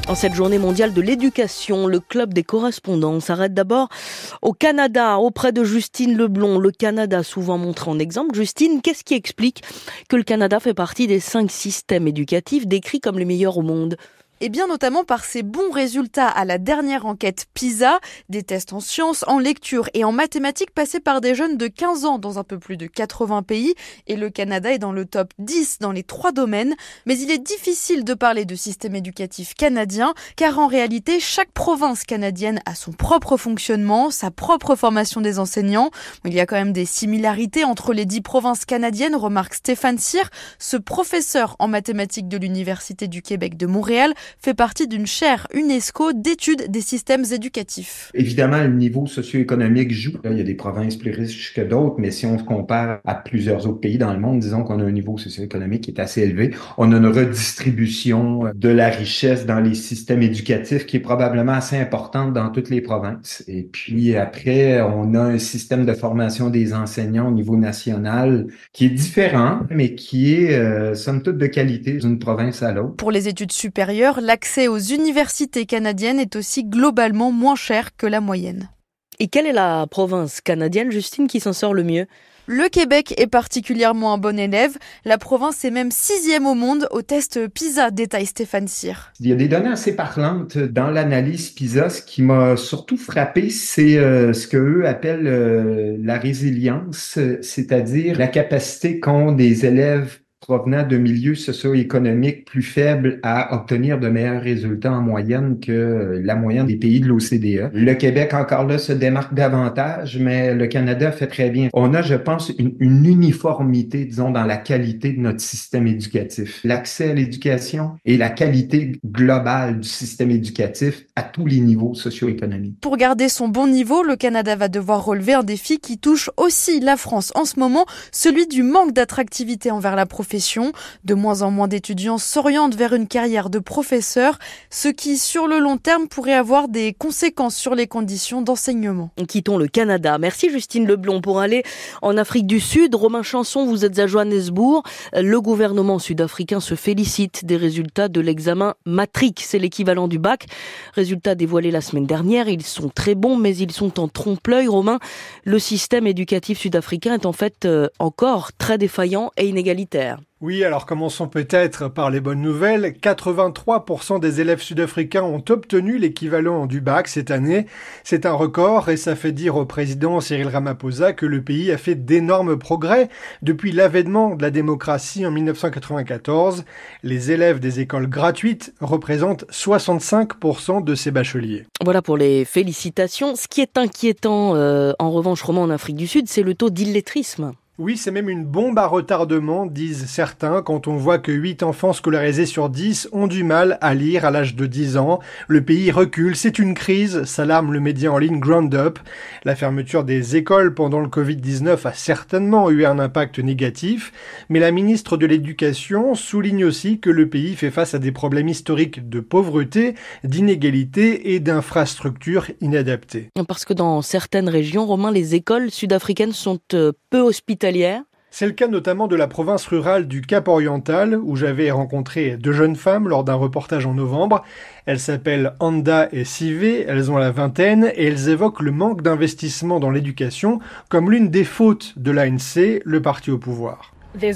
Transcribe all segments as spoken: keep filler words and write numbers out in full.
En cette journée mondiale de l'éducation, le club des correspondants s'arrête d'abord au Canada, auprès de Justine Leblond. Le Canada souvent montré en exemple. Justine, qu'est-ce qui explique que le Canada fait partie des cinq systèmes éducatifs décrits comme les meilleurs au monde ? Et bien notamment par ses bons résultats à la dernière enquête PISA, des tests en sciences, en lecture et en mathématiques passés par des jeunes de quinze ans dans un peu plus de quatre-vingts pays. Et le Canada est dans le top dix dans les trois domaines. Mais il est difficile de parler de système éducatif canadien, car en réalité, chaque province canadienne a son propre fonctionnement, sa propre formation des enseignants. Il y a quand même des similarités entre les dix provinces canadiennes, remarque Stéphane Cyr, ce professeur en mathématiques de l'Université du Québec de Montréal, fait partie d'une chaire UNESCO d'études des systèmes éducatifs. Évidemment, le niveau socio-économique joue. Il y a des provinces plus riches que d'autres, mais si on se compare à plusieurs autres pays dans le monde, disons qu'on a un niveau socio-économique qui est assez élevé. On a une redistribution de la richesse dans les systèmes éducatifs qui est probablement assez importante dans toutes les provinces. Et puis après, on a un système de formation des enseignants au niveau national qui est différent, mais qui est, euh, somme toute, de qualité d'une province à l'autre. Pour les études supérieures, l'accès aux universités canadiennes est aussi globalement moins cher que la moyenne. Et quelle est la province canadienne, Justine, qui s'en sort le mieux ? Le Québec est particulièrement un bon élève. La province est même sixième au monde au test PISA, détaille Stéphane Cyr. Il y a des données assez parlantes dans l'analyse PISA. Ce qui m'a surtout frappé, c'est euh, ce qu'eux appellent euh, la résilience, c'est-à-dire la capacité qu'ont des élèves provenant de milieux socio-économiques plus faibles à obtenir de meilleurs résultats en moyenne que la moyenne des pays de l'O C D E. Le Québec, encore là, se démarque davantage, mais le Canada fait très bien. On a, je pense, une, une uniformité, disons, dans la qualité de notre système éducatif. L'accès à l'éducation et la qualité globale du système éducatif à tous les niveaux socio-économiques. Pour garder son bon niveau, le Canada va devoir relever un défi qui touche aussi la France en ce moment, celui du manque d'attractivité envers la profession. De moins en moins d'étudiants s'orientent vers une carrière de professeur, ce qui, sur le long terme, pourrait avoir des conséquences sur les conditions d'enseignement. Quittons le Canada. Merci Justine Leblond. Pour aller en Afrique du Sud, Romain Chanson, vous êtes à Johannesburg. Le gouvernement sud-africain se félicite des résultats de l'examen Matric. C'est l'équivalent du bac. Résultats dévoilés la semaine dernière. Ils sont très bons, mais ils sont en trompe-l'œil. Romain, le système éducatif sud-africain est en fait euh, encore très défaillant et inégalitaire. Oui, alors commençons peut-être par les bonnes nouvelles. quatre-vingt-trois pour cent des élèves sud-africains ont obtenu l'équivalent du bac cette année. C'est un record et ça fait dire au président Cyril Ramaphosa que le pays a fait d'énormes progrès depuis l'avènement de la démocratie en dix-neuf cent quatre-vingt-quatorze. Les élèves des écoles gratuites représentent soixante-cinq pour cent de ces bacheliers. Voilà pour les félicitations. Ce qui est inquiétant, euh, en revanche, Romain, en Afrique du Sud, c'est le taux d'illettrisme. Oui, c'est même une bombe à retardement, disent certains, quand on voit que huit enfants scolarisés sur dix ont du mal à lire à l'âge de dix ans. Le pays recule, c'est une crise, s'alarme le média en ligne Ground Up. La fermeture des écoles pendant le covid dix-neuf a certainement eu un impact négatif, mais la ministre de l'Éducation souligne aussi que le pays fait face à des problèmes historiques de pauvreté, d'inégalité et d'infrastructures inadaptées. Parce que dans certaines régions, Romain, les écoles sud-africaines sont euh, peu hospitalières. C'est le cas notamment de la province rurale du Cap-Oriental, où j'avais rencontré deux jeunes femmes lors d'un reportage en novembre. Elles s'appellent Anda et Sivé, elles ont la vingtaine, et elles évoquent le manque d'investissement dans l'éducation comme l'une des fautes de l'A N C, le parti au pouvoir.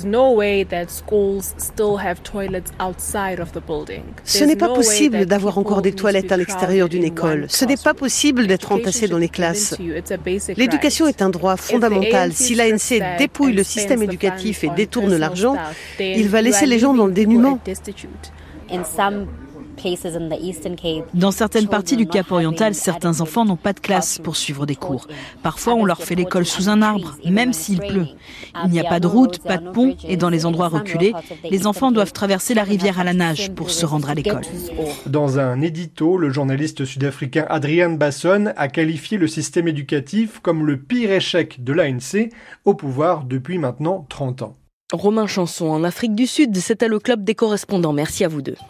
Ce n'est pas possible d'avoir encore des toilettes à l'extérieur d'une école. Ce n'est pas possible d'être entassé dans les classes. L'éducation est un droit fondamental. Si l'A N C dépouille le système éducatif et détourne l'argent, il va laisser les gens dans le dénuement. Dans certaines parties du Cap oriental, certains enfants n'ont pas de classe pour suivre des cours. Parfois, on leur fait l'école sous un arbre, même s'il pleut. Il n'y a pas de route, pas de pont, et dans les endroits reculés, les enfants doivent traverser la rivière à la nage pour se rendre à l'école. Dans un édito, le journaliste sud-africain Adrian Basson a qualifié le système éducatif comme le pire échec de l'A N C au pouvoir depuis maintenant trente ans. Romain Chanson, en Afrique du Sud, c'était le club des correspondants. Merci à vous deux.